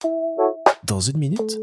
Dans une minute,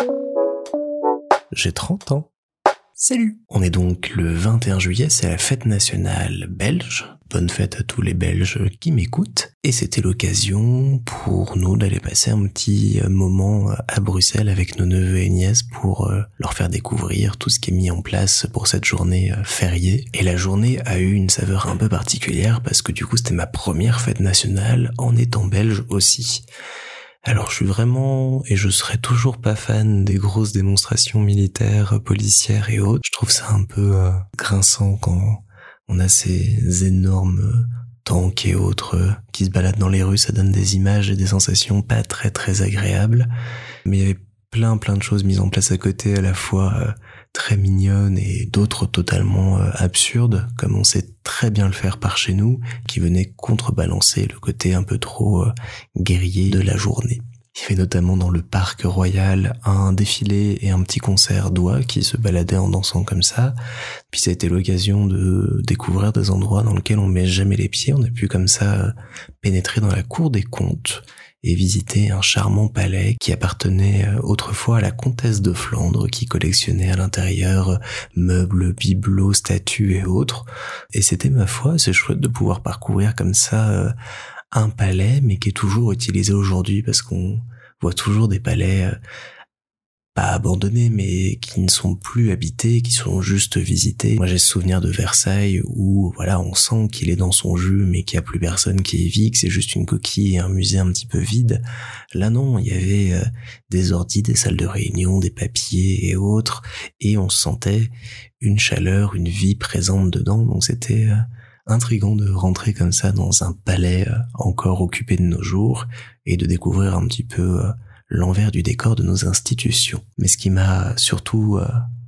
j'ai 30 ans. Salut! On est donc le 21 juillet, c'est la fête nationale belge. Bonne fête à tous les Belges qui m'écoutent. Et c'était l'occasion pour nous d'aller passer un petit moment à Bruxelles avec nos neveux et nièces pour leur faire découvrir tout ce qui est mis en place pour cette journée fériée. Et la journée a eu une saveur un peu particulière parce que du coup c'était ma première fête nationale en étant belge aussi. Alors je suis vraiment, et je serai toujours pas fan des grosses démonstrations militaires, policières et autres. Je trouve ça un peu grinçant quand on a ces énormes tanks et autres qui se baladent dans les rues. Ça donne des images et des sensations pas très très agréables. Mais il y avait plein de choses mises en place à côté, à la fois très mignonnes et d'autres totalement absurdes, comme on sait très bien le faire par chez nous, qui venaient contrebalancer le côté un peu trop guerrier de la journée. Il y avait notamment dans le parc royal un défilé et un petit concert d'oies qui se baladaient en dansant comme ça. Puis ça a été l'occasion de découvrir des endroits dans lesquels on met jamais les pieds. On a pu comme ça pénétrer dans la cour des comptes et visiter un charmant palais qui appartenait autrefois à la comtesse de Flandre, qui collectionnait à l'intérieur meubles, bibelots, statues et autres. Et c'était, ma foi, assez chouette de pouvoir parcourir comme ça un palais, mais qui est toujours utilisé aujourd'hui, parce qu'on voit toujours des palais pas abandonnés, mais qui ne sont plus habités, qui sont juste visités. Moi, j'ai ce souvenir de Versailles où, voilà, on sent qu'il est dans son jus, mais qu'il n'y a plus personne qui y vit, que c'est juste une coquille et un musée un petit peu vide. Là, non, il y avait des ordis, des salles de réunion, des papiers et autres, et on sentait une chaleur, une vie présente dedans, donc c'était intriguant de rentrer comme ça dans un palais encore occupé de nos jours et de découvrir un petit peu l'envers du décor de nos institutions. Mais ce qui m'a surtout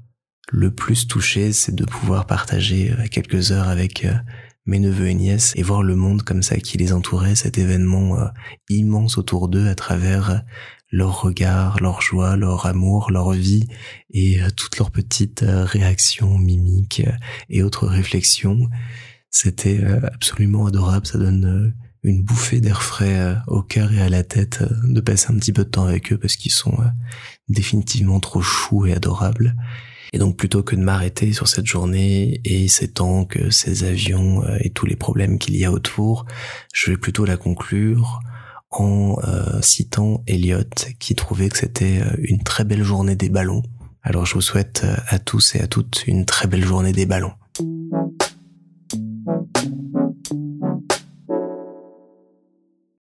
le plus touché, c'est de pouvoir partager quelques heures avec mes neveux et nièces et voir le monde comme ça qui les entourait, cet événement immense autour d'eux à travers leur regard, leur joie, leur amour, leur vie et toutes leurs petites réactions, mimiques et autres réflexions. C'était absolument adorable, ça donne une bouffée d'air frais au cœur et à la tête de passer un petit peu de temps avec eux parce qu'ils sont définitivement trop choux et adorables. Et donc plutôt que de m'arrêter sur cette journée et ces tanks, ces avions et tous les problèmes qu'il y a autour, je vais plutôt la conclure en citant Elliot qui trouvait que c'était une très belle journée des ballons. Alors je vous souhaite à tous et à toutes une très belle journée des ballons.